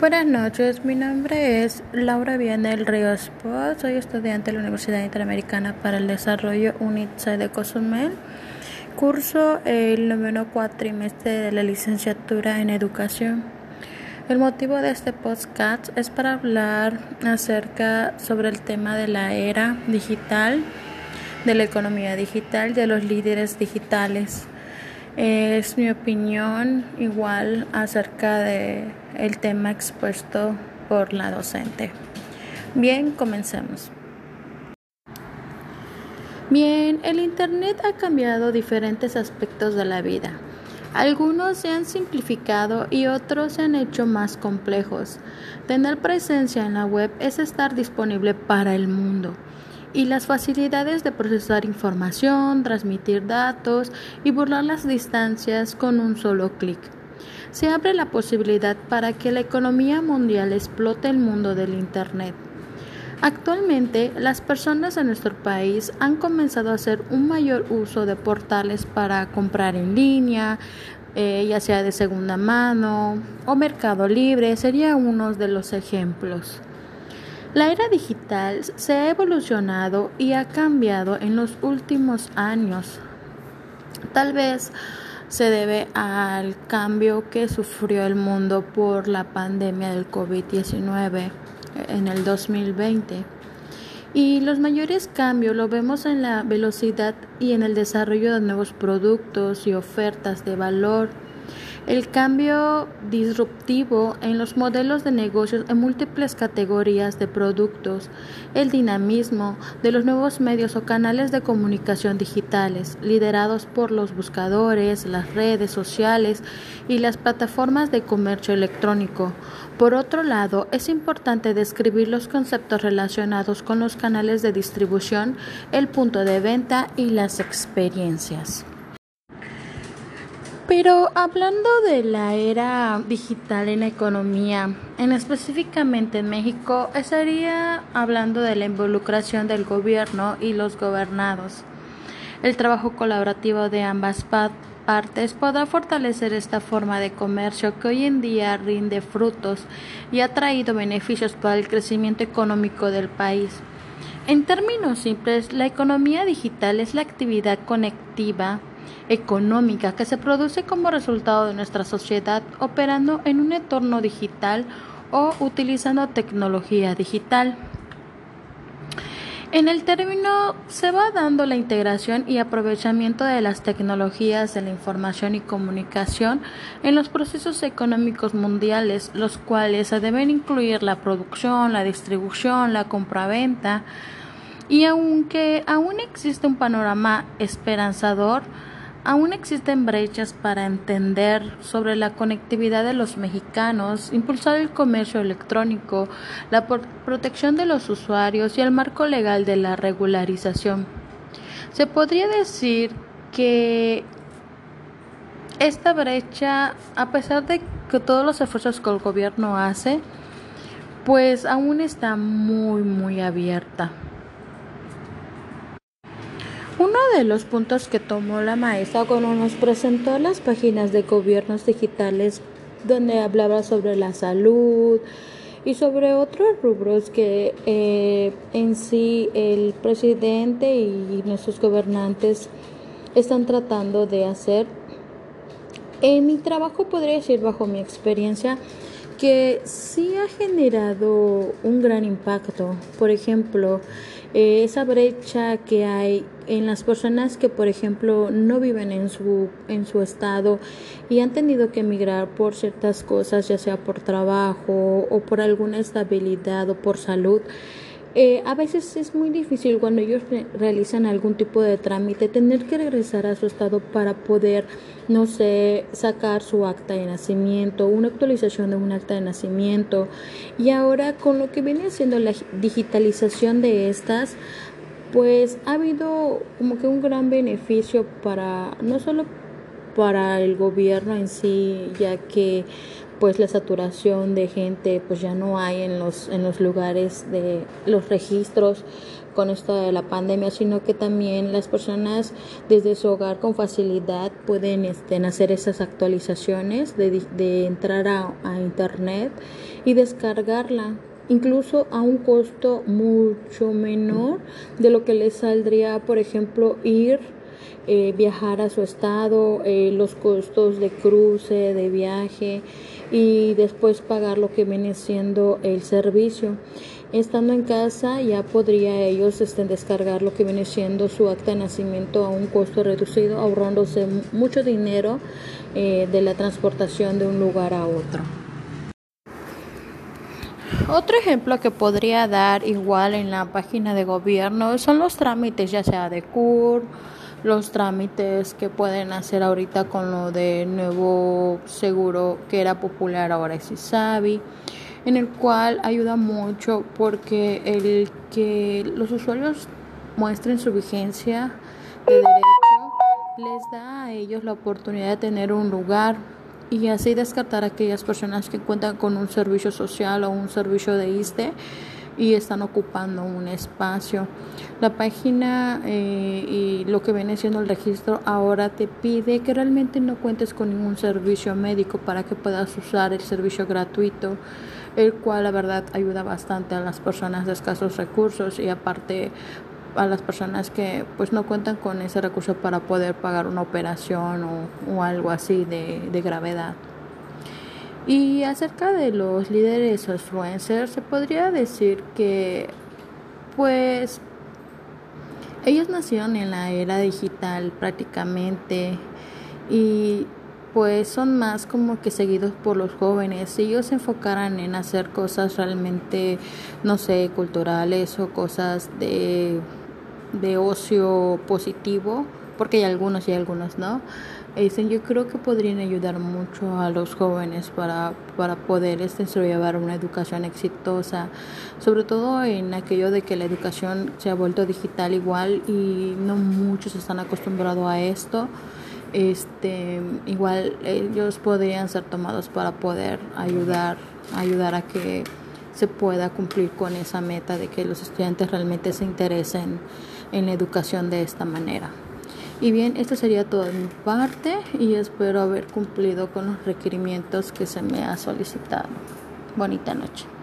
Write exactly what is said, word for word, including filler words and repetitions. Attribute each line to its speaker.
Speaker 1: Buenas noches, mi nombre es Laura Vianel Ríos Poz, soy estudiante de la Universidad Interamericana para el Desarrollo UNITSE de Cozumel. Curso el noveno cuatrimestre de la licenciatura en Educación. El motivo de este podcast es para hablar acerca sobre el tema de la era digital, de la economía digital, de los líderes digitales. Es mi opinión igual acerca de el tema expuesto por la docente. Bien, comencemos. Bien, el Internet ha cambiado diferentes aspectos de la vida. Algunos se han simplificado y otros se han hecho más complejos. Tener presencia en la web es estar disponible para el mundo. Y las facilidades de procesar información, transmitir datos y burlar las distancias con un solo clic. Se abre la posibilidad para que la economía mundial explote el mundo del Internet. Actualmente, las personas en nuestro país han comenzado a hacer un mayor uso de portales para comprar en línea, eh, ya sea de segunda mano o Mercado Libre, sería uno de los ejemplos. La era digital se ha evolucionado y ha cambiado en los últimos años. Tal vez se debe al cambio que sufrió el mundo por la pandemia del COVID diecinueve en el dos mil veinte. Y los mayores cambios lo vemos en la velocidad y en el desarrollo de nuevos productos y ofertas de valor. El cambio disruptivo en los modelos de negocios en múltiples categorías de productos, el dinamismo de los nuevos medios o canales de comunicación digitales, liderados por los buscadores, las redes sociales y las plataformas de comercio electrónico. Por otro lado, es importante describir los conceptos relacionados con los canales de distribución, el punto de venta y las experiencias. Pero hablando de la era digital en la economía, en específicamente en México, estaría hablando de la involucración del gobierno y los gobernados. El trabajo colaborativo de ambas partes podrá fortalecer esta forma de comercio que hoy en día rinde frutos y ha traído beneficios para el crecimiento económico del país. En términos simples, la economía digital es la actividad conectiva económica que se produce como resultado de nuestra sociedad operando en un entorno digital o utilizando tecnología digital. En el término se va dando la integración y aprovechamiento de las tecnologías de la información y comunicación en los procesos económicos mundiales, los cuales deben incluir la producción, la distribución, la compraventa, y aunque aún existe un panorama esperanzador, aún existen brechas para entender sobre la conectividad de los mexicanos, impulsar el comercio electrónico, la protección de los usuarios y el marco legal de la regularización. Se podría decir que esta brecha, a pesar de que todos los esfuerzos que el gobierno hace, pues aún está muy, muy abierta. Uno de los puntos que tomó la maestra cuando nos presentó las páginas de gobiernos digitales, donde hablaba sobre la salud y sobre otros rubros que eh, en sí el presidente y nuestros gobernantes están tratando de hacer. En mi trabajo podría decir, bajo mi experiencia, que sí ha generado un gran impacto. Por ejemplo, eh, esa brecha que hay en las personas que, por ejemplo, no viven en su en su estado y han tenido que emigrar por ciertas cosas, ya sea por trabajo o por alguna estabilidad o por salud. Eh, a veces es muy difícil cuando ellos re- realizan algún tipo de trámite tener que regresar a su estado para poder, no sé, sacar su acta de nacimiento, una actualización de un acta de nacimiento. Y ahora con lo que viene siendo la digitalización de estas, pues ha habido como que un gran beneficio para, no solo para el gobierno en sí, ya que pues la saturación de gente pues ya no hay en los en los lugares de los registros con esto de la pandemia, sino que también las personas desde su hogar con facilidad pueden este, hacer esas actualizaciones de, de entrar a, a internet y descargarla, incluso a un costo mucho menor de lo que les saldría, por ejemplo, ir Eh, viajar a su estado, eh, los costos de cruce, de viaje y después pagar lo que viene siendo el servicio. Estando en casa ya podría ellos este, descargar lo que viene siendo su acta de nacimiento a un costo reducido, ahorrándose mucho dinero eh, de la transportación de un lugar a otro. Otro ejemplo que podría dar igual en la página de gobierno son los trámites, ya sea de C U R, los trámites que pueden hacer ahorita con lo de nuevo seguro que era popular, ahora es ISABI, en el cual ayuda mucho porque el que los usuarios muestren su vigencia de derecho les da a ellos la oportunidad de tener un lugar y así descartar a aquellas personas que cuentan con un servicio social o un servicio de ISSSTE y están ocupando un espacio. La página eh, y lo que viene siendo el registro ahora te pide que realmente no cuentes con ningún servicio médico para que puedas usar el servicio gratuito, el cual la verdad ayuda bastante a las personas de escasos recursos y aparte a las personas que pues no cuentan con ese recurso para poder pagar una operación o, o algo así de, de gravedad. Y acerca de los líderes o influencers, se podría decir que pues ellos nacieron en la era digital prácticamente y pues son más como que seguidos por los jóvenes. Si ellos se enfocaran en hacer cosas realmente, no sé, culturales o cosas de, de ocio positivo, porque hay algunos y algunos no, este, yo creo que podrían ayudar mucho a los jóvenes para, para poder este, llevar una educación exitosa, sobre todo en aquello de que la educación se ha vuelto digital igual y no muchos están acostumbrados a esto. Este, igual ellos podrían ser tomados para poder ayudar, ayudar a que se pueda cumplir con esa meta de que los estudiantes realmente se interesen en la educación de esta manera. Y bien, esto sería todo de mi parte y espero haber cumplido con los requerimientos que se me ha solicitado. Bonita noche.